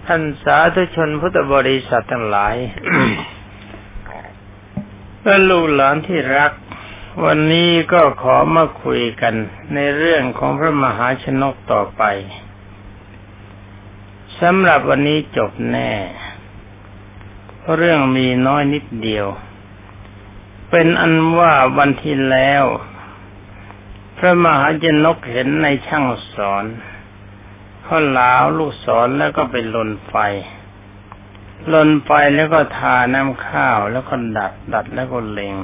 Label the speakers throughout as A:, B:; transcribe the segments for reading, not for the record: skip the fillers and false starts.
A: ท่านสาธุชนพุทธบริษัททั้งหลาย และลูกหลานที่รักวันนี้ก็ขอมาคุยกันในเรื่องของพระมหาชนกต่อไปสำหรับวันนี้จบแน่เพราะเรื่องมีน้อยนิดเดียวเป็นอันว่าวันที่แล้วพระมหาชนกเห็นในช่างสอนเขาหลาวลูกศรแล้วก็ไปลนไฟแล้วก็ทาน้ำข้าวแล้วก็ดัดแล้วก็เล็ง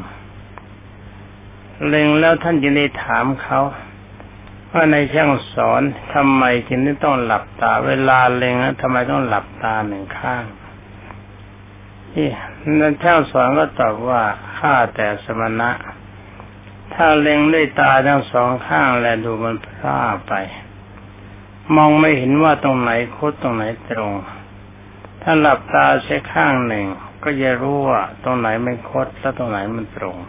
A: แล้วท่านจึงได้ถามเขาว่าในช่างสอนทำไมถึงต้องหลับตาเวลาเล็งแล้วทำไมต้องหลับตาหนึ่งข้างที่นั่นช่างสอนก็ตอบว่าข้าแต่สมณะถ้าเล็งด้วยตาทั้งสองข้างแล้วดูมันพร่าไปมองไม่เห็นว่าตรงไหนคดตรงไหนตรงถ้าหลับตาใช้ข้างหนึ่งก็จะรู้ว่าตรงไหนมันคดและตรงไหนมันตรง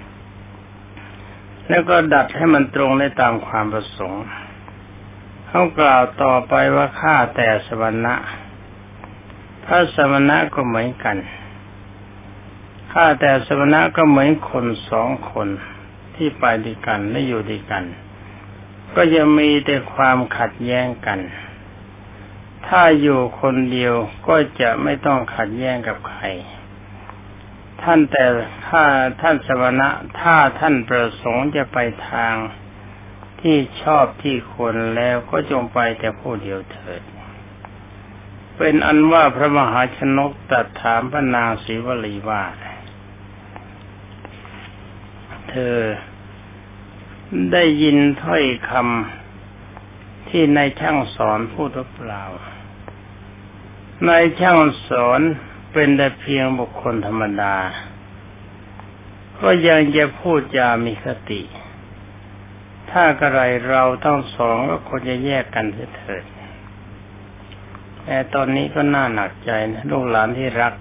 A: แล้วก็ดัดให้มันตรงได้ตามความประสงค์เขากล่าวต่อไปว่าข้าแต่สมณะพระสมณะก็เหมือนกันข้าแต่สมณะก็เหมือนคนสองคนที่ไปด้วยกันและอยู่ด้วยกันก็จะมีแต่ความขัดแย้งกันถ้าอยู่คนเดียวก็จะไม่ต้องขัดแย้งกับใครท่านสมณะถ้าท่านประสงค์จะไปทางที่ชอบที่ควรแล้วก็จงไปแต่ผู้เดียวเถิดเป็นอันว่าพระมหาชนกตรัสถามพระนางศรีวลีว่าเธอได้ยินถ้อยคำที่นายช่างสอนพูดหรือเปล่านายช่างสอนเป็นแต่เพียงบุคคลธรรมดาก็ยังจะพูดจามีคติถ้ากระไรเราทั้งสองก็ควรจะแยกกันเถิดแต่ตอนนี้ก็น่าหนักใจนะลูกหลานที่รัก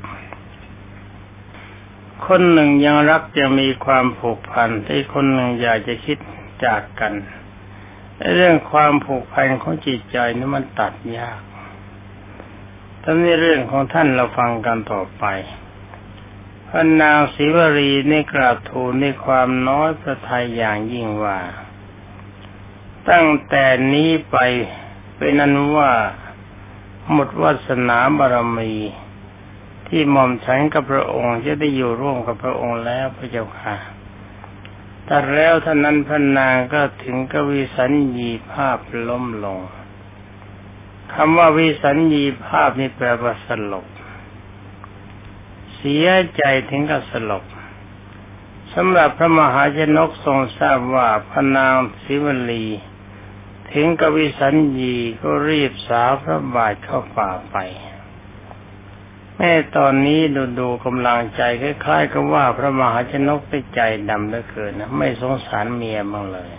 A: คนหนึ่งยังรักยังมีความผูกพันที่คนหนึ่งอยากจะคิดจากกันเรื่องความผูกพันของจิตใจนี่มันตัดยากทั้งนี้เรื่องของท่านเราฟังกันต่อไปพระนางศรีวลีได้กราบทูลในความน้อยพระทัยอย่างยิ่งว่าตั้งแต่นี้ไปเป็นนั้นว่าหมดวาสนาบารมีที่หม่อมฉันกับพระองค์จะได้อยู่ร่วมกับพระองค์แล้วพระเจ้าค่ะแต่แล้วท่านนั้นพระนางก็ถึงกับวิสัญญีภาพล้มลงคำว่าวิสัญญีภาพนี่แปลว่าสลบเสียใจถึงกับสลบสำหรับพระมหาชนกทรงทราบว่าพระนางศรีวลีถึงกับวิสัญญีก็รีบสาวพระบาทเข้าป่าไปแม่ตอนนี้ดูกำลังใจคล้ายๆกับว่าพระมหาชนกได้ใจดำเหลือเกินนะไม่สงสารเมียบ้างเลย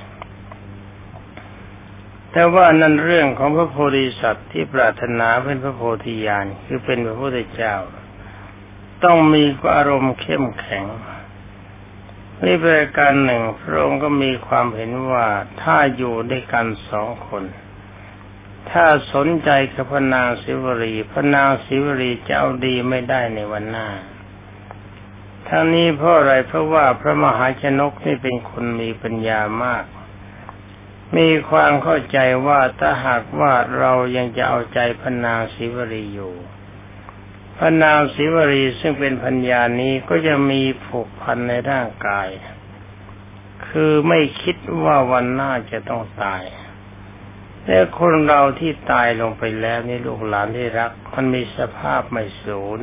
A: แต่ว่านั่นเรื่องของพระโพธิสัตว์ที่ปรารถนาเป็นพระโพธิญาณคือเป็นพระพุทธเจ้าต้องมีอารมณ์เข้มแข็งนี่เป็นการหนึ่งพระองค์ก็มีความเห็นว่าถ้าอยู่ด้วยกันสองคนถ้าสนใจกับพระนางศรีวลีพระนางศรีวลีจะเอาดีไม่ได้ในวันหน้าทั้งนี้เพราะอะไรเพราะว่าพระมหาชนกนี่เป็นคนมีปัญญามากมีความเข้าใจว่าถ้าหากว่าเรายังจะเอาใจพระนางศรีวลีอยู่พระนางศรีวลีซึ่งเป็นพัญญานี้ก็จะมีผูกพันในร่างกายคือไม่คิดว่าวันหน้าจะต้องตายแต่คนเราที่ตายลงไปแล้วนี่ลูกหลานที่รักมันมีสภาพไม่สูญ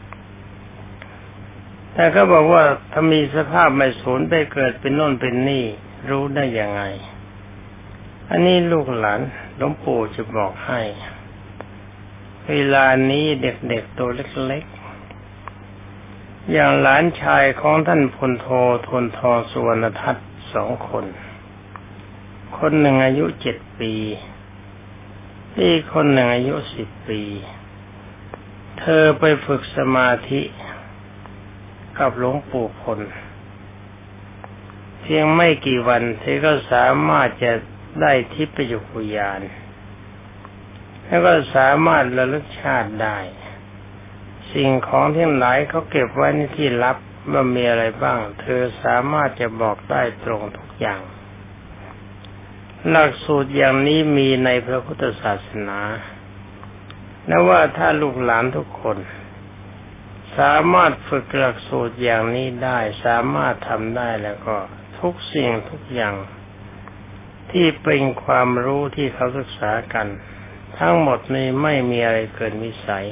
A: แต่เขาบอกว่าถ้ามีสภาพไม่สูญไปเกิดเป็นโน่นเป็นนี่รู้ได้ยังไงอันนี้ลูกหลานหลวงปู่จะบอกให้เวลานี้เด็กๆตัวเล็กๆอย่างหลานชายของท่านพลโททนทองสุวรรณทัศน์2 คนคนหนึ่งอายุ7 ปีอีกคนหนึ่งอายุ10 ปีเธอไปฝึกสมาธิกับหลวงปู่พลเพียงไม่กี่วันเธอก็สามารถจะได้ทิพยญาณแล้วก็สามารถระลึกชาติได้สิ่งของทั้งหลายเขาเก็บไว้ในที่ลับว่ามีอะไรบ้างเธอสามารถจะบอกได้ตรงทุกอย่างหลักสูตรอย่างนี้มีในพระพุทธศาสนาและว่าถ้าลูกหลานทุกคนสามารถฝึกหลักสูตรอย่างนี้ได้สามารถทำได้แล้วก็ทุกสิ่งทุกอย่างที่เป็นความรู้ที่เขาศึกษากันทั้งหมดนี้ไม่มีอะไรเกินวิสัย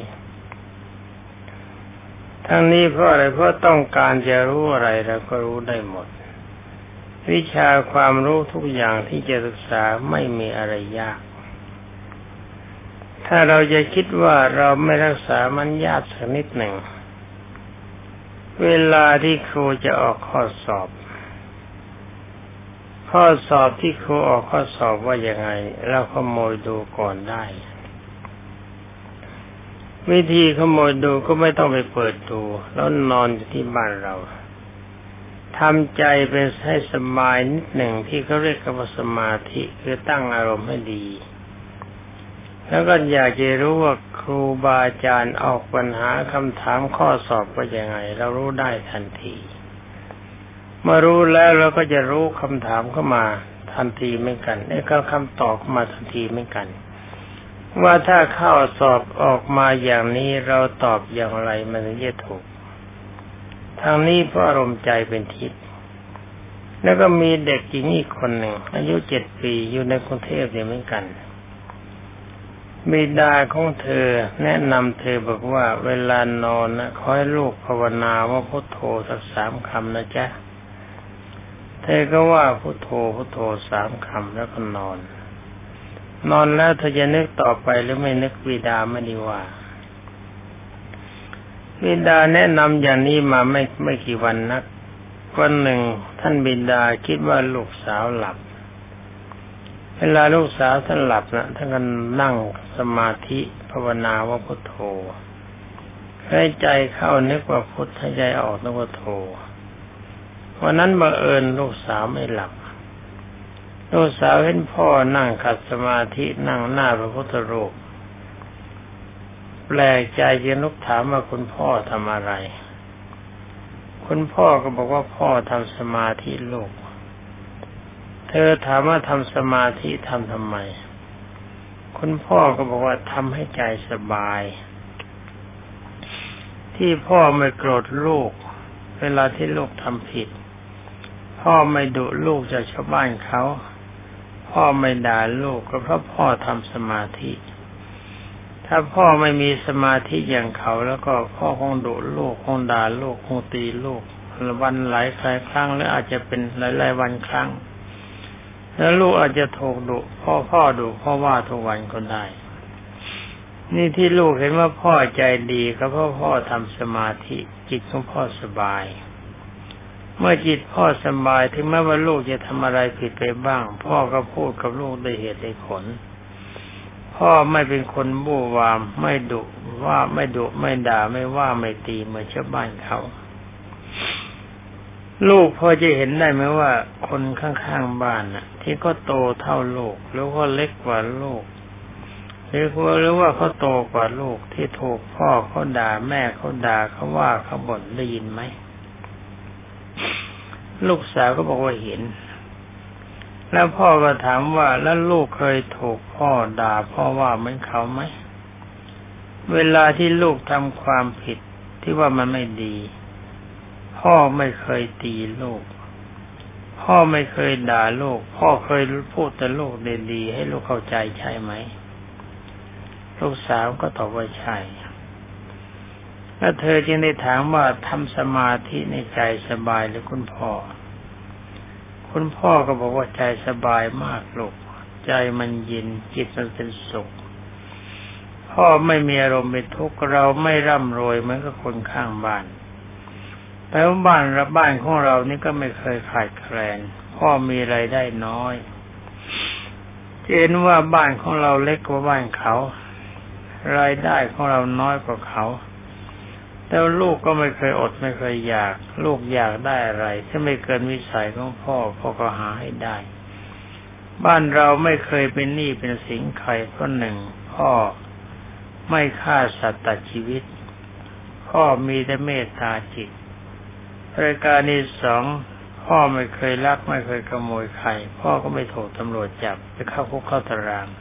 A: ทั้งนี้เพราะอะไรเพราะต้องการจะรู้อะไรแล้วก็รู้ได้หมดวิชาความรู้ทุกอย่างที่จะศึกษาไม่มีอะไรยากถ้าเราจะคิดว่าเราไม่รักษามันยากสักนิดหนึ่งเวลาที่ครูจะออกข้อสอบที่ครูออกข้อสอบว่ายังไงเราขโมยดูก่อนได้วิธีขโมยดูก็ไม่ต้องไปเปิดดูแล้วนอนอยู่ที่บ้านเราทำใจเป็นให้สบายนิดหนึ่งที่เขาเรียกว่าสมาธิคือตั้งอารมณ์ให้ดีแล้วก็อยากจะรู้ว่าครูบาอาจารย์ออกปัญหาคำถามข้อสอบว่ายังไงเรารู้ได้ทันทีเมื่อรู้แล้วเราก็จะรู้คำถามเข้ามาทันทีเหมือนกันแล้วก็คำตอบเข้ามาทันทีเหมือนกันว่าถ้าข้อสอบออกมาอย่างนี้เราตอบอย่างไรมันถึงจะถูกทางนี้เพราะอารมณ์ใจเป็นทิพย์แล้วก็มีเด็กหญิงอีกคนหนึ่งอายุ7 ปีอยู่ในกรุงเทพเหมือนกันบิดาของเธอแนะนำเธอบอกว่าเวลานอนนะขอให้ลูกภาวนาว่าพุทโธสัก3 คำนะจ๊ะเธอก็ว่าพุทโธพุทโธ3 คำแล้วก็นอนแล้วเธอจะนึกต่อไปหรือไม่นึกบิดาไม่ดีว่าบิดาแนะนำอย่างนี้มาไม่กี่วันนักวันหนึ่งท่านบิดาคิดว่าลูกสาวหลับเวลาลูกสาวท่านหลับนะท่านก็นั่งสมาธิภาวนาว่าพุทโธให้ใจเข้านึกว่าพุทให้ใจออกนึกว่าโธวันนั้นบังเอิญลูกสาวไม่หลับลูกสาวเห็นพ่อนั่งขัดสมาธินั่งหน้าพระพุทธรูปแปลกใจจึงลุกถามว่าคุณพ่อทำอะไรคุณพ่อก็บอกว่าพ่อทำสมาธิลูกเธอถามว่าทำสมาธิทำไมคุณพ่อก็บอกว่าทำให้ใจสบายที่พ่อไม่โกรธลูกเวลาที่ลูกทำผิดพ่อไม่ดุลูกจากชาวบ้านเขาพ่อไม่ด่าลูกก็เพราะพ่อทำสมาธิถ้าพ่อไม่มีสมาธิอย่างเขาแล้วก็พ่อคงดุลูกคงด่าลูกคงตีลูกวันหลายครั้งหรืออาจจะเป็นหลายวันครั้งแล้วลูกอาจจะถูกดุพ่อดุพ่อว่าทุกวันก็ได้นี่ที่ลูกเห็นว่าพ่อใจดีก็เพราะพ่อทำสมาธิจิตของพ่อสบายเมื่อจิตพ่อสบายถึงแม้ว่าลูกจะทำอะไรผิดไปบ้างพ่อก็พูดกับลูกด้วยเหตุด้วยผลพ่อไม่เป็นคนบู้วามไม่ดุไม่ด่าไม่ว่าไม่ตีเหมือนชาวบ้านเขาลูกพอจะเห็นได้ไหมว่าคนข้างๆบ้านน่ะที่เขาโตเท่าลูกหรือว่าเล็กกว่าลูกหรือว่าเขาโตกว่าลูกที่ถูกพ่อเขาด่าแม่เขาด่าเขาว่าเขาบ่นได้ยินไหมลูกสาวก็บอกว่าเห็นแล้วพ่อก็ถามว่าแล้วลูกเคยถูกพ่อด่าพ่อว่าเหมือนเขาไหมเวลาที่ลูกทำความผิดที่ว่ามันไม่ดีพ่อไม่เคยตีลูกพ่อไม่เคยด่าลูกพ่อเคยพูดแต่ลูกดีๆให้ลูกเข้าใจใช่ไหมลูกสาวก็ตอบว่าใช่แล้วเธอจึงได้ถามว่าทำสมาธิในใจสบายหรือคุณพ่อก็บอกว่าใจสบายมากลูกใจมันเย็นจิตมันเป็นสุขพ่อไม่มีอารมณ์เป็นทุกข์เราไม่ร่ำรวยเหมือนกับคนข้างบ้านแต่ว่าบ้านของเรานี่ก็ไม่เคยขาดแคลนพ่อมีรายได้น้อยเห็นว่าบ้านของเราเล็กกว่าบ้านเขารายได้ของเราน้อยกว่าเขาแต่ลูกก็ไม่เคยอดไม่เคยอยากลูกอยากได้อะไรถ้าไม่เกินวิสัยของพ่อก็หาให้ได้บ้านเราไม่เคยเป็นหนี้เป็นสินใครเพราะหนึ่งพ่อพ่อไม่ฆ่าสัตว์ตัดชีวิตพ่อมีแต่เมตตาจิตรายการที่สองพ่อไม่เคยลักไม่เคยขโมยใครพ่อก็ไม่ถูกตำรวจจับไปเข้าคุกเข้าตาราง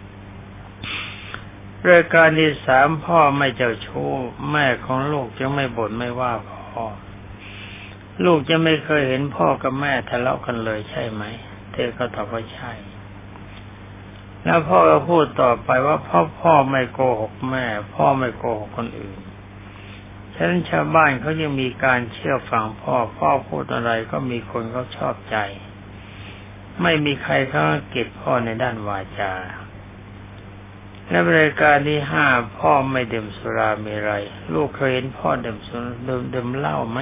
A: รายการที่สามพ่อไม่เจ้าชู้แม่ของลูกจะไม่บ่นไม่ว่าพ่อลูกจะไม่เคยเห็นพ่อกับแม่ทะเลาะกันเลยใช่ไหมเธอก็ตอบว่าใช่แล้วพ่อก็พูดต่อไปว่าพ่อไม่โกหกแม่พ่อไม่โกหกคนอื่นฉะนั้นชาวบ้านเขายังมีการเชื่อฟังพ่อพูดอะไรก็มีคนเขาชอบใจไม่มีใครเขาเก็บพ่อในด้านวาจาและรายการที่ห้าพ่อไม่ดื่มสุราเมรัยลูกเคยเห็นพ่อดื่มเหล้าไหม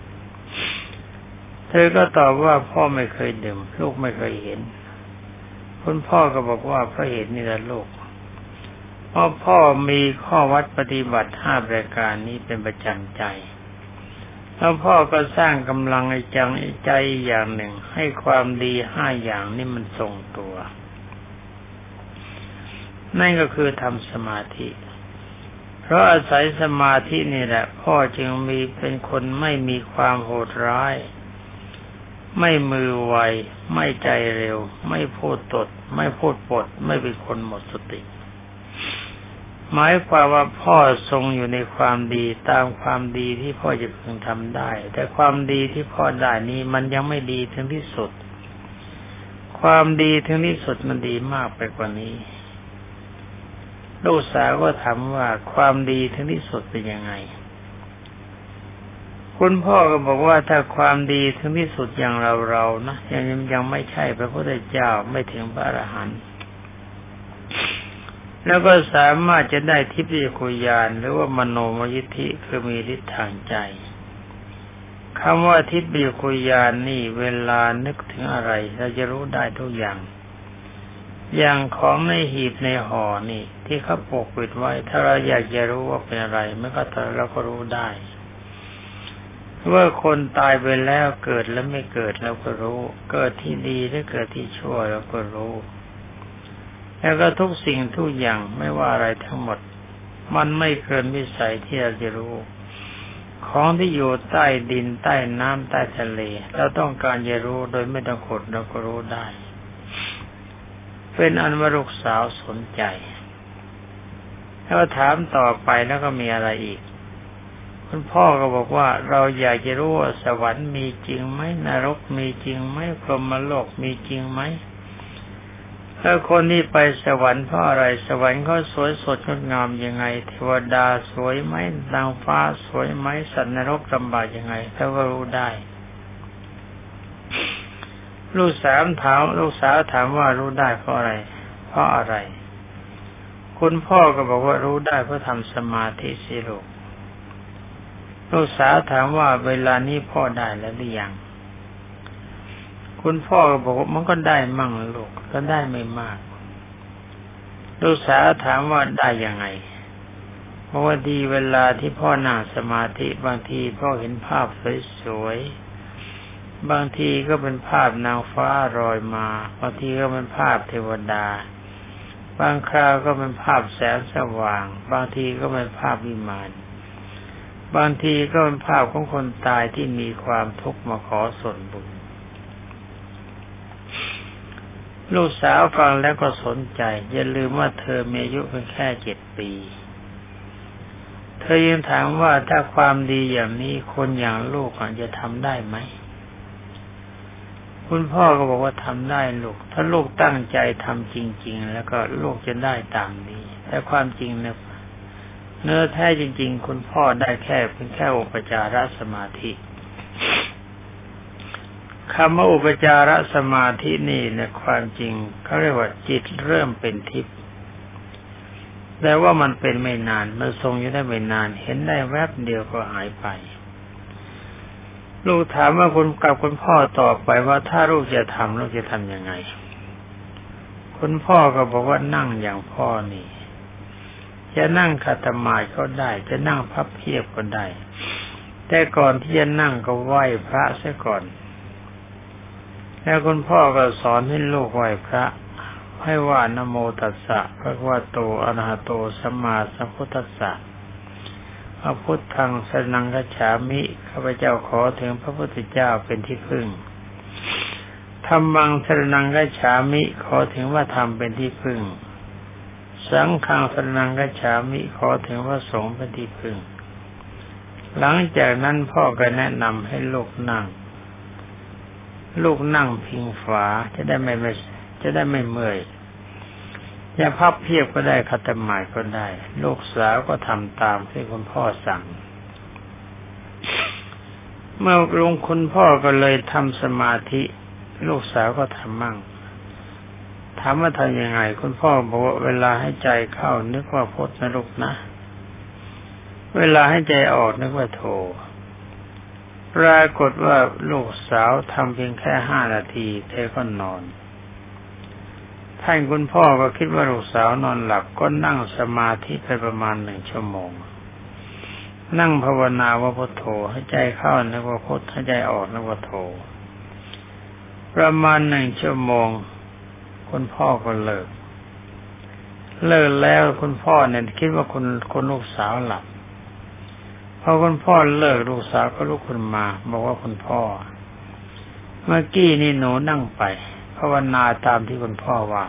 A: เธอก็ตอบว่าพ่อไม่เคยดื่มลูกไม่เคยเห็นคุณพ่อก็บอกว่าเพราะเหตุนี้แหละลูกเพราะพ่อมีข้อวัดปฏิบัติ5รายการนี้เป็นประจำใจแล้วพ่อก็สร้างกำลังใจอย่างหนึ่งให้ความดี5อย่างนี้มันทรงตัวนั่นก็คือทำสมาธิเพราะอาศัยสมาธินี่แหละพ่อจึงมีเป็นคนไม่มีความโหดร้ายไม่มือไวไม่ใจเร็วไม่พูดตดไม่พูดปดไม่เป็นคนหมดสติหมายความว่าพ่อทรงอยู่ในความดีตามความดีที่พ่อจะพึงทำได้แต่ความดีที่พ่อได้นี้มันยังไม่ดีถึงที่สุดความดีถึงที่สุดมันดีมากไปกว่านี้ลูกสาวก็ถามว่าความดีถึงที่สุดเป็นยังไงคุณพ่อก็บอกว่าถ้าความดีถึงที่สุดอย่างเรานะยังไม่ใช่พระพุทธเจ้าไม่ถึงพระอรหันต์แล้วก็สามารถจะได้ทิพยคุญาณหรือว่ามโนมยิทธิคือมีฤทธิ์ทางใจคำว่าทิพยคุญาณนี่เวลานึกถึงอะไรเราจะรู้ได้ทุกอย่างอย่างของในหีบในห่อนี่ที่เขาปกปิดไว้ถ้าเราอยากจะรู้ว่าเป็นอะไรมันก็เราก็รู้ได้ว่าคนตายไปแล้วเกิดแล้วไม่เกิดเราก็รู้เกิดที่ดีหรือเกิดที่ชั่วเราก็รู้แล้วก็ทุกสิ่งทุกอย่างไม่ว่าอะไรทั้งหมดมันไม่เกินวิสัยที่เราจะรู้ของที่อยู่ใต้ดินใต้น้ำใต้ทะเลเราต้องการจะรู้โดยไม่ต้องขุดเราก็รู้ได้เป็นอันว่าลูกสาวสนใจแล้วถามต่อไปแล้วก็มีอะไรอีกคุณพ่อก็บอกว่าเราอยากจะรู้ว่าสวรรค์มีจริงไหมนรกมีจริงไหมพรหมโลกมีจริงไหมถ้าคนที่ไปสวรรค์เพราะอะไรสวรรค์เขาสวยสดงดงามยังไงเทวดาสวยไหมนางฟ้าสวยไหมสัตว์นรกลำบากยังไงเขาก็รู้ได้ลูกสาวถามว่ารู้ได้เพราะอะไรคุณพ่อก็บอกว่ารู้ได้เพราะทำสมาธิสิลูกสาวถามว่าเวลานี้พ่อได้แล้วหรือยังคุณพ่อก็บอกว่ามันก็ได้มั่งลูกก็ได้ไม่มากลูกสาวถามว่าได้ยังไงเพราะว่าดีเวลาที่พ่อนั่งสมาธิบางทีพ่อเห็นภาพสวยๆบางทีก็เป็นภาพนางฟ้าลอยมาบางทีก็เป็นภาพเทวดาบางคราวก็เป็นภาพแสงสว่างบางทีก็เป็นภาพวิมานบางทีก็เป็นภาพของคนตายที่มีความทุกข์มาขอส่วนบุญลูกสาวฟังแล้วก็สนใจอย่าลืมว่าเธอมีอายุเพียงแค่7 ปีเธอยังถามว่าถ้าความดีอย่างนี้คนอย่างลูกจะทำได้ไหมคุณพ่อก็บอกว่าทำได้ลูกถ้าลูกตั้งใจทำจริงๆแล้วก็ลูกจะได้ตามนี้แต่ความจริงเนี่ยเนื้อแท้จริงๆคุณพ่อได้เพียงแค่อุปจารสมาธิคำว่าอุปจารสมาธินี่ในความจริงเขาเรียกว่าจิตเริ่มเป็นทิพย์แต่ว่ามันเป็นไม่นานมันทรงอยู่ได้ไม่นานเห็นได้แวบเดียวก็หายไปลูกถามว่าคุณพ่อต่อไปว่าถ้าลูกจะทำยังไงคุณพ่อก็บอกว่านั่งอย่างพ่อนี่จะนั่งขัดสมาธิก็ได้จะนั่งพับเพียบก็ได้แต่ก่อนที่จะนั่งก็ไหว้พระซะก่อนแล้วคุณพ่อก็สอนให้ลูกไหว้พระพให้ว่านะโมตัสสะภะคะวะโตอะระหะโตสัมมาสัมพุทธัสสะพระพุทธังสรณังคัจฉามิข้าพเจ้าขอถึงพระพุทธเจ้าเป็นที่พึ่งธัมมังสรณังคัจฉามิขอถึงว่าธรรมเป็นที่พึ่งสังฆังสรณังคัจฉามิขอถึงว่าสงฆ์เป็นที่พึ่งหลังจากนั้นพ่อก็แนะนำให้ลูกนั่งพิงฝาจะได้ไม่เมื่อยจะพับเพียบก็ได้ขัดสมาธิก็ได้ลูกสาวก็ทำตามที่คุณพ่อสั่งเมื่อคุณพ่อก็เลยทำสมาธิลูกสาวก็ทำมั่งถามว่าทำยังไงคุณพ่อบอกว่าเวลาให้ใจเข้านึกว่าพุทธนะลูกนะเวลาให้ใจออกนึกว่าโทปรากฏว่าลูกสาวทำเพียงแค่5 นาทีเธอก็นอนท่านคุณพ่อก็คิดว่าลูกสาวนอนหลับก็นั่งสมาธิไปประมาณ1 ชั่วโมงนั่งภาวนาว่าพุทโธให้ใจเข้านึกว่าพุทให้ใจออกนึกว่าโธประมาณ1 ชั่วโมงคุณพ่อก็เลิกแล้วคุณพ่อเนี่ยคิดว่าคุณลูกสาวหลับพอคุณพ่อเลิกลูกสาวก็ลุกขึ้นมาบอกว่าคุณพ่อเมื่อกี้นี่หนูนั่งไปภาวนาตามที่คุณพ่อว่า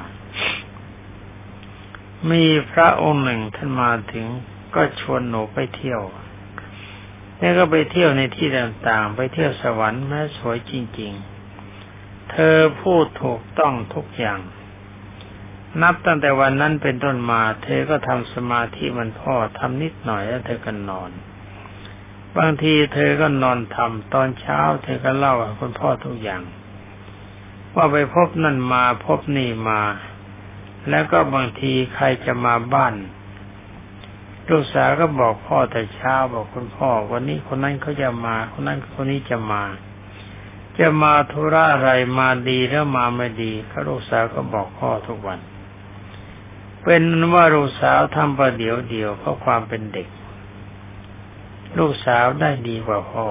A: มีพระองค์หนึ่งท่านมาถึงก็ชวนหนูไปเที่ยวแล้วก็ไปเที่ยวในที่ต่างๆไปเที่ยวสวรรค์แม้สวยจริงๆเธอพูดถูกต้องทุกอย่างนับตั้งแต่วันนั้นเป็นต้นมาเธอก็ทำสมาธิเหมือนพ่อทำนิดหน่อยแล้วเธอก็นอนบางทีเธอก็นอนทำตอนเช้าเธอก็เล่าให้คุณพ่อทุกอย่างว่าไปพบนั่นมาพบนี่มาแล้วก็บางทีใครจะมาบ้านลูกสาวก็บอกพ่อแต่เช้าบอกคุณพ่อวันนี้คนนั้นเขาจะมาคนนั้นคนนี้จะมาธุระอะไรมาดีแล้วมาไม่ดีเขาลูกสาวก็บอกพ่อทุกวันเป็นว่าลูกสาวทำประเดี๋ยวเดียวเพราะความเป็นเด็กลูกสาวได้ดีกว่าพ่อ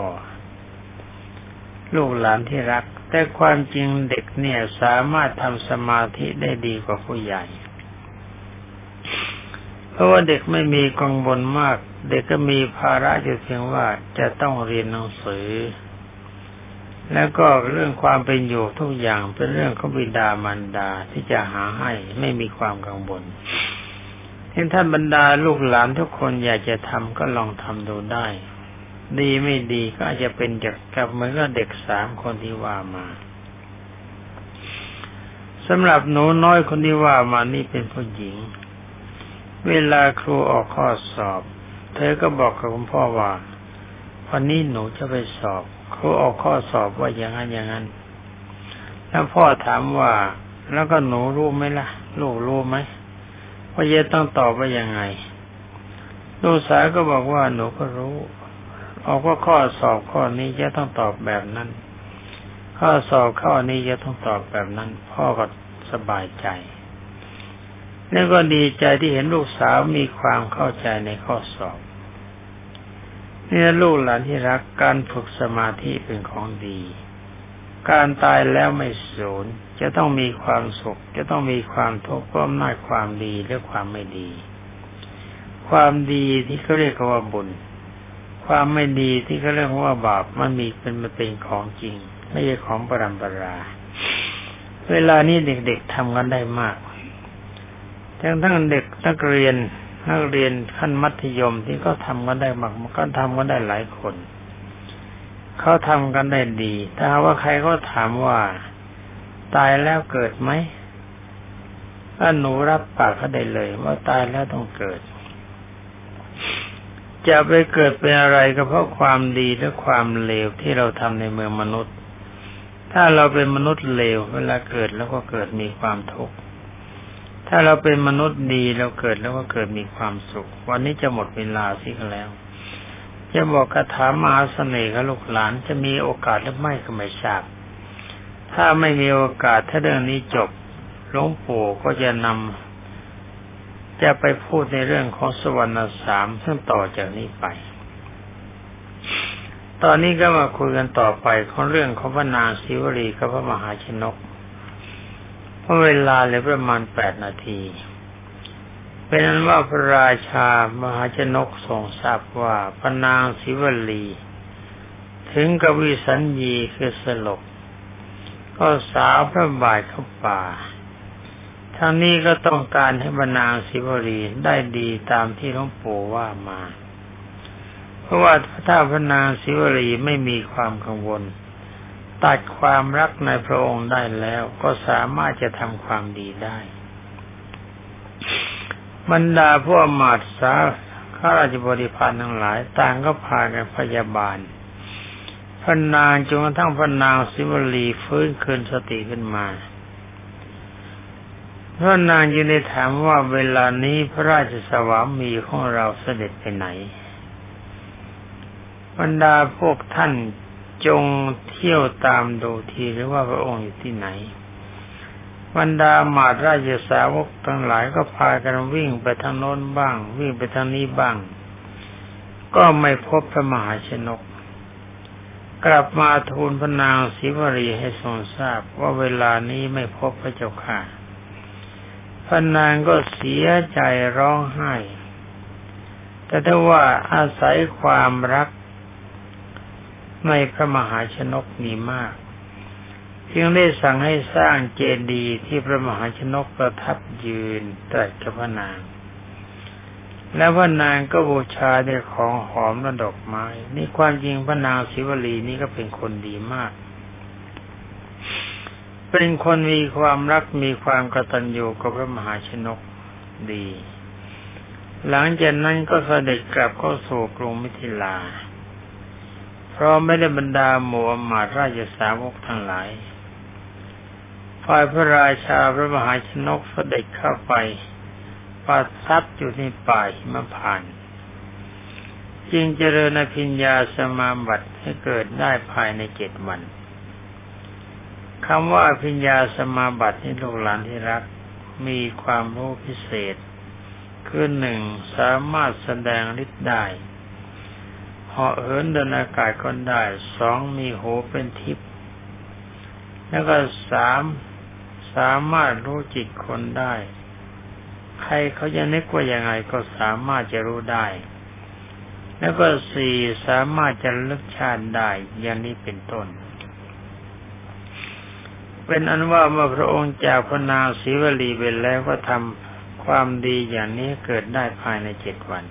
A: ลูกหลานที่รักแต่ความจริงเด็กเนี่ยสามารถทำสมาธิได้ดีกว่าผู้ใหญ่เพราะว่าเด็กไม่มีกังวลมากเด็กก็มีภาระอยู่เพียงว่าจะต้องเรียนหนังสือแล้วก็เรื่องความเป็นอยู่ทุกอย่างเป็นเรื่องของบิดามารดาที่จะหาให้ไม่มีความกังวลเห็นท่านบรรดาลูกหลานทุกคนอยากจะทำก็ลองทำดูได้ดีไม่ดีก็อาจจะเป็นกับเหมือนกับเด็ก3 คนที่ว่ามาสำหรับหนูน้อยคนที่ว่ามานี่เป็นผู้หญิงเวลาครูออกข้อสอบเธอก็บอกกับคุณพ่อว่าวันนี้หนูจะไปสอบครูออกข้อสอบว่าอย่างนั้นอย่างนั้นแล้วพ่อถามว่าแล้วก็หนูรู้ไหมล่ะลูกรู้ไหมว่าจะต้องตอบว่ายังไงลูกสาวก็บอกว่าหนูก็รู้ออกว่าข้อสอบข้อนี้จะต้องตอบแบบนั้นข้อสอบข้อนี้จะต้องตอบแบบนั้นพ่อก็สบายใจแล้วก็ดีใจที่เห็นลูกสาวมีความเข้าใจในข้อสอบนี่ลูกหลานที่รักการฝึกสมาธิเป็นของดีการตายแล้วไม่สูญจะต้องมีความสุขจะต้องมีความทุกข์เพราะอำนาจความดีและความไม่ดีความดีที่เขาเรียกว่าบุญความไม่ดีที่เขาเรียกว่าบาปมันเป็นของจริงไม่ใช่ของปรำปราเวลานี้เด็กๆทำกันได้มากทั้งเด็กนักเรียนขั้นมัธยมที่เขาทำกันได้มากมันก็ทำกันได้หลายคนเขาทำกันได้ดีถ้าว่าใครก็ถามว่าตายแล้วเกิดไหมถ้าหนูรับปากเขาได้เลยว่าตายแล้วต้องเกิดจะไปเกิดเป็นอะไรก็เพราะความดีและความเลวที่เราทำในเมืองมนุษย์ถ้าเราเป็นมนุษย์เลวเวลาเกิดแล้วก็เกิดมีความทุกข์ถ้าเราเป็นมนุษย์ดีเราเกิดแล้วก็เกิดมีความสุขวันนี้จะหมดเวลาสิกันแล้วจะบอกคาถามหาเสน่ห์กับลูกหลานจะมีโอกาสหรือไม่ก็ไม่ทราบถ้าไม่มีโอกาสถ้าเรื่องนี้จบหลวงปู่ก็จะไปพูดในเรื่องของสวรรค์3ซึ่งต่อจากนี้ไปตอนนี้ก็มาคุยกันต่อไปของเรื่องของพระนางศิวลีกับพระมหาชนก
B: เพราะเวลาเหลือประมาณ8 นาทีเป็นนั้นว่าพระราชามหาชนกทรงทราบว่าพระนางศิวลีถึงกับวิสัญญีคือสลบก็สาวพระบาทเข้าป่าทั้งนี้ก็ต้องการให้พระนางศิวลีได้ดีตามที่หลวงปู่ว่ามาเพราะว่าถ้าพระนางศิวลีไม่มีความกังวลตัดความรักในพระองค์ได้แล้วก็สามารถจะทำความดีได้บรรดาพวกอมาตย์ข้าราชบริพารทั้งหลายต่างก็พากันพยาบาลพระนางจนกระทั่งพระนางศิวลีฟื้นคืนสติขึ้นมาพระนางจึงได้ถามว่าเวลานี้พระราชสวามีของเราเสด็จไปไหนบรรดาพวกท่านจงเที่ยวตามดูทีหรือว่าพระองค์อยู่ที่ไหนบรรดาหมาดราชสาวกทั้งหลายก็พากันวิ่งไปทางโน้นบ้างวิ่งไปทางนี้บ้างก็ไม่พบพระมหาชนกกลับมาทูลพระนางศิวลีให้ทรงทราบว่าเวลานี้ไม่พบพระเจ้าค่ะพระนางก็เสียใจร้องไห้แต่ถ้าว่าอาศัยความรักในพระมหาชนกมีมากจึงได้สั่งให้สร้างเจดีย์ที่พระมหาชนกประทับยืนตรัสกับพระนางแล้วพระนางก็บูชาด้วยของหอมและดอกไม้นี่ความจริงพระนางศิวลีนี่ก็เป็นคนดีมากเป็นคนมีความรักมีความกตัญญูกับพระมหาชนกดีหลังจากนั้นก็เสด็จกลับเข้าสู่กรุงมิถิลาเพราะไม่ได้บรรดาหมู่อมาตย์ราชสาวกทั้งหลายฝ่ายพระราชาพระมหาชนกเสด็จเข้าไปประทับอยู่ในป่าหิมพานต์จึงเจริญอภิญญาสมาบัติให้เกิดได้ภายใน7 วันคำว่าอภิญญาสมาบัตินี้ลูกหลานที่รักมีความรู้พิเศษคือ1สามารถแสดงฤทธิ์ได้เหาะเหินเดินอากาศก็ได้2มีหูเป็นทิพย์แล้วก็3สามารถรู้จิตคนได้ใครเขาจะนึกว่ายังไงก็สามารถจะรู้ได้แล้วก็4สามารถจะระลึกชาติได้อย่างนี้เป็นต้นเป็นอันว่าเมื่อพระองค์จากพระนางศิวลีไปแล้วก็ทำความดีอย่างนี้เกิดได้ภายใน7 วัน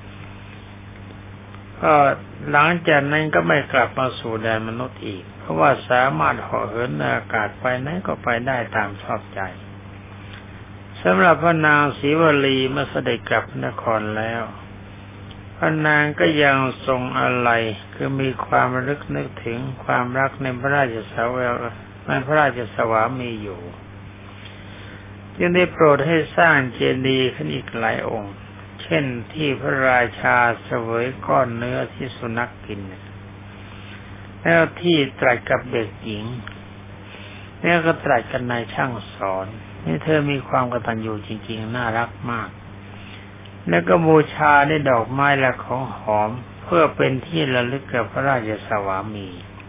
B: ก็หลังจากนั้นก็ไม่กลับมาสู่แดนมนุษย์อีกเพราะว่าสามารถเหาะเหินในอากาศไปไหนก็ไปได้ตามชอบใจสำหรับพระนางศิวลีเมื่อเสด็จกลับนครแล้วพระนางก็ยังทรงอะไรคือมีความระลึกนึกถึงความรักในพระราชสวามีอยู่จึงได้โปรดให้สร้างเจดีย์ขึ้นอีกหลายองค์เช่นที่พระราชาเสวยก้อนเนื้อที่สุนัขกินแล้วที่ตรัสกับเด็กหญิงแล้วก็ตรัสกับนายช่างสอนนี่เธอมีความกตัญญูจริงๆน่ารักมากแล้วก็บูชาด้วยดอกไม้และของหอมเพื่อเป็นที่ระลึกกับพระราชสวามี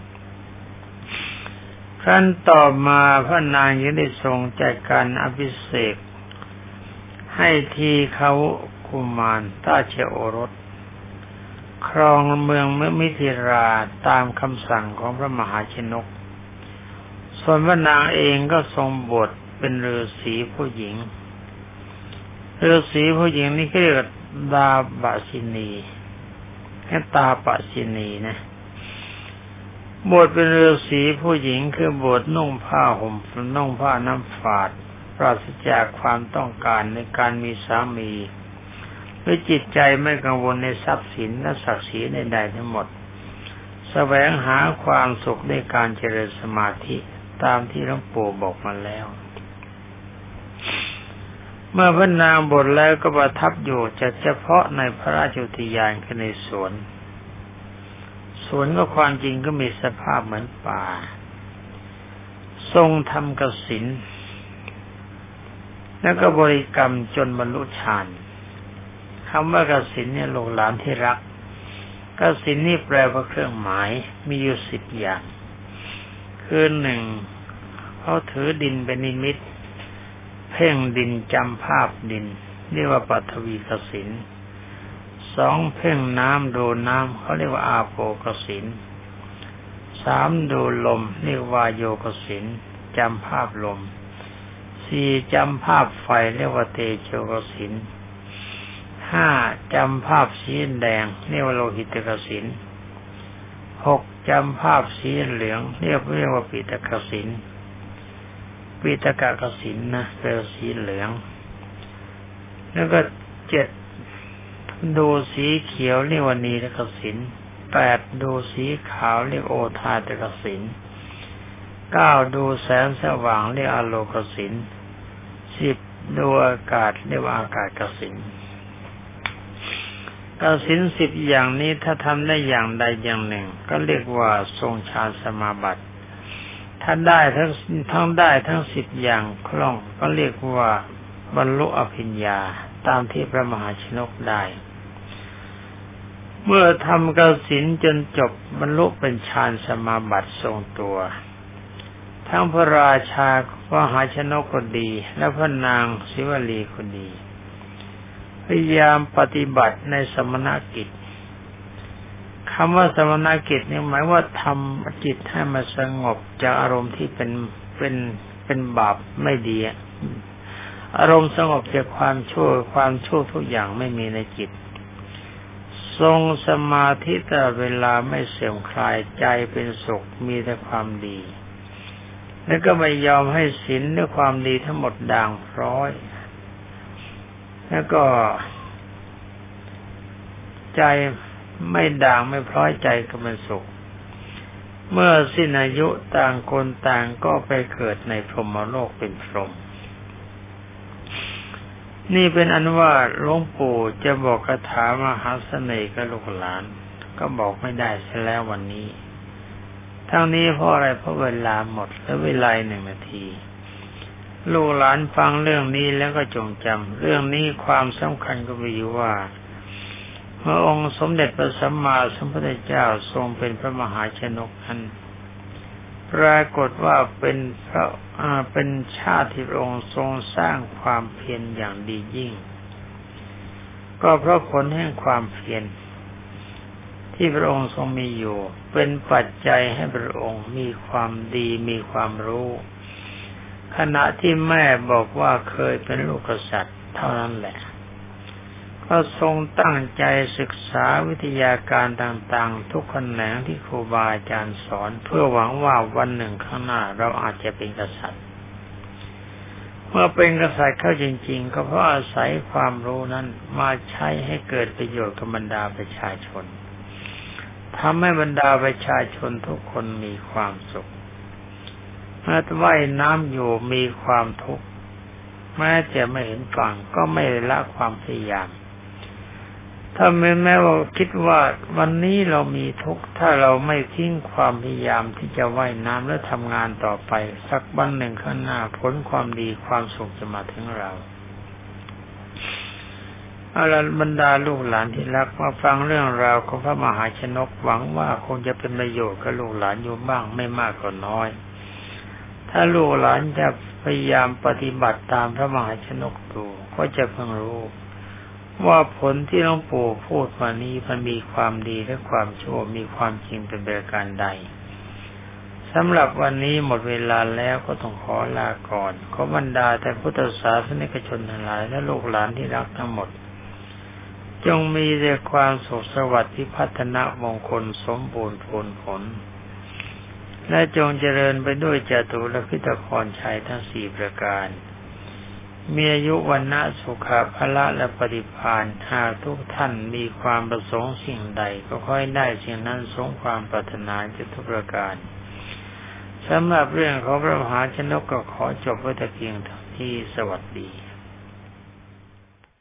B: ครั้นต่อมาพระนางยังได้ทรงจัดการอภิเษกให้ทีเขากุมารราชโอรสครองเมืองมิถิราตามคำสั่งของพระมหาชนกส่วนพระนางเองก็ทรงบวชเป็นฤาษีผู้หญิงฤาษีผู้หญิงนี่เรียกดาบสินีตาปสินีนะบวชเป็นฤาษีผู้หญิงคือบวชนุ่งผ้าห่มนุ่งผ้าน้ำฝาดปราศจากความต้องการในการมีสามีด้วยจิตใจไม่กังวลในทรัพย์สินและศักดิ์ศรีใดๆทั้งหมดแสวงหาความสุขในการเจริญสมาธิตามที่หลวงปู่บอกมาแล้วเมื่อพระนางบวชแล้วก็ประทับอยู่เฉพาะในพระราชอุทยานคือในสวนก็ความจริงก็มีสภาพเหมือนป่าทรงทำกสิณแล้วก็บริกรรมจนบรรลุฌานคำว่ากสิณเนี่ยลูกหลานที่รักกสิณนี่แปลว่าเครื่องหมายมีอยู่10 อย่างคือ1เขาถือดินเป็นนิมิตเพ่งดินจำภาพดินเรียกว่าปฐวีกสิณ 2เพ่งน้ำดูน้ำเขาเรียกว่าอาโปกสิณ 3ดูลมเรียกว่าโยกสิณจำภาพลม 4จำภาพไฟเรียกว่าเตโชกสิณ 5จำภาพสีแดงเรียกว่าโลหิตกสิณ 6จำภาพสีเหลืองเรียกว่าปิตกสิณ ปิตกกสิณนะเป็นสีเหลืองแล้วก็7ดูสีเขียวเรียกว่านีรกสิณ 8ดูสีขาวเรียกโอทาตกสิณ 9ดูแสงสว่างเรียกอโลกสิณ 10ดูอากาศเรียกว่าอากาศกสิณ กสิณ10อย่างนี้ถ้าทำได้อย่างใดอย่างหนึ่งก็เรียกว่าทรงฌานสมาบัติถ้าได้ทั้ง10อย่างคล่องก็เรียกว่าบรรลุอภิญญาตามที่พระมหาชนกได้เมื่อทำกสิณจนจบบรรลุเป็นฌานสมาบัติทรงตัวทั้งพระราชามหาชนกก็ดีและพระนางศิวลีก็ดีพยายามปฏิบัติในสมณกิจคำว่าสมณกิจนี่หมายว่าทำจิตให้มันสงบจากอารมณ์ที่เป็นบาปไม่ดีอารมณ์สงบจากความชั่วทุกอย่างไม่มีในจิตทรงสมาธิตลอดเวลาไม่เสื่อมคลายใจเป็นสุขมีแต่ความดีแล้วก็ไม่ยอมให้ศีลด้วยความดีทั้งหมดด่างพร้อยแล้วก็ใจไม่ด่างไม่พร้อยใจก็เป็นสุขเมื่อสิ้นอายุต่างคนต่างก็ไปเกิดในพรหมโลกเป็นพรหมนี่เป็นอันว่าหลวงปู่จะบอกคาถามหาเสน่ห์กับลูกหลานก็บอกไม่ได้เสียแล้ววันนี้ทั้งนี้เพราะอะไรเพราะเวลาหมดและเวลา1 นาทีลูกหลานฟังเรื่องนี้แล้วก็จงจำเรื่องนี้ความสำคัญก็มีอยู่ว่าเมื่อองค์สมเด็จพระสัมมาสัมพุทธเจ้าทรงเป็นพระมหาชนกนั้นปรากฏว่าเป็นชาติที่พระองค์ทรงสร้างความเพียรอย่างดียิ่งก็เพราะผลแห่งความเพียรที่พระองค์ทรงมีอยู่เป็นปัจจัยให้พระองค์มีความดีมีความรู้ขณะที่แม่บอกว่าเคยเป็นลูกกษัตริย์เท่านั้นแหละก็ทรงตั้งใจศึกษาวิทยาการต่างๆทุกแขนงที่ครูบาอาจารย์สอนเพื่อหวังว่าวันหนึ่งข้างหน้าเราอาจจะเป็นกษัตริย์เมื่อเป็นกษัตริย์เข้าจริงๆก็เพราะอาศัยความรู้นั้นมาใช้ให้เกิดประโยชน์กับบรรดาประชาชนทำให้บรรดาประชาชนทุกคนมีความสุขแม้แต่ว่ายน้ำอยู่มีความทุกข์แม้จะไม่เห็นฝั่งก็ไม่ละความพยายามถ้าแม้ว่าคิดว่าวันนี้เรามีทุกข์ถ้าเราไม่ทิ้งความพยายามที่จะว่ายน้ำและทำงานต่อไปสักวันหนึ่งข้างหน้าผลความดีความสุขจะมาถึงเราเอาล่ะบรรดาลูกหลานที่รักมาฟังเรื่องราวของพระมหาชนกหวังว่าคงจะเป็นประโยชน์กับลูกหลานอยู่บ้างไม่มากก็น้อยถ้าลูกหลานจะพยายามปฏิบัติตามพระมหาชนกดูก็จะเพิ่งรู้ว่าผลที่หลวงปู่พูดมานี้มันมีความดีและความชั่วมีความจริงเป็นประการใดสำหรับวันนี้หมดเวลาแล้วก็ต้องขอลาก่อนขอบรรดาแต่พุทธศาสนิกชนทั้งหลายและลูกหลานที่รักทั้งหมดจงมีแต่ความสุขสวัสดิ์พิพัฒนมงคลสมบูรณ์ผลและจงเจริญไปด้วยจตุรพิธพรชัยทั้ง4ประการมีอายุวันนะสุขภะละและปฏิภาณหากทุกท่านมีความประสงค์สิ่งใดก็ค่อยได้สิ่งนั้นสมความปรารถนาทุกประการสำหรับเรื่องของพระมหาชนกก็ขอจบไว้แต่เพียงเท่านี้สวัสดี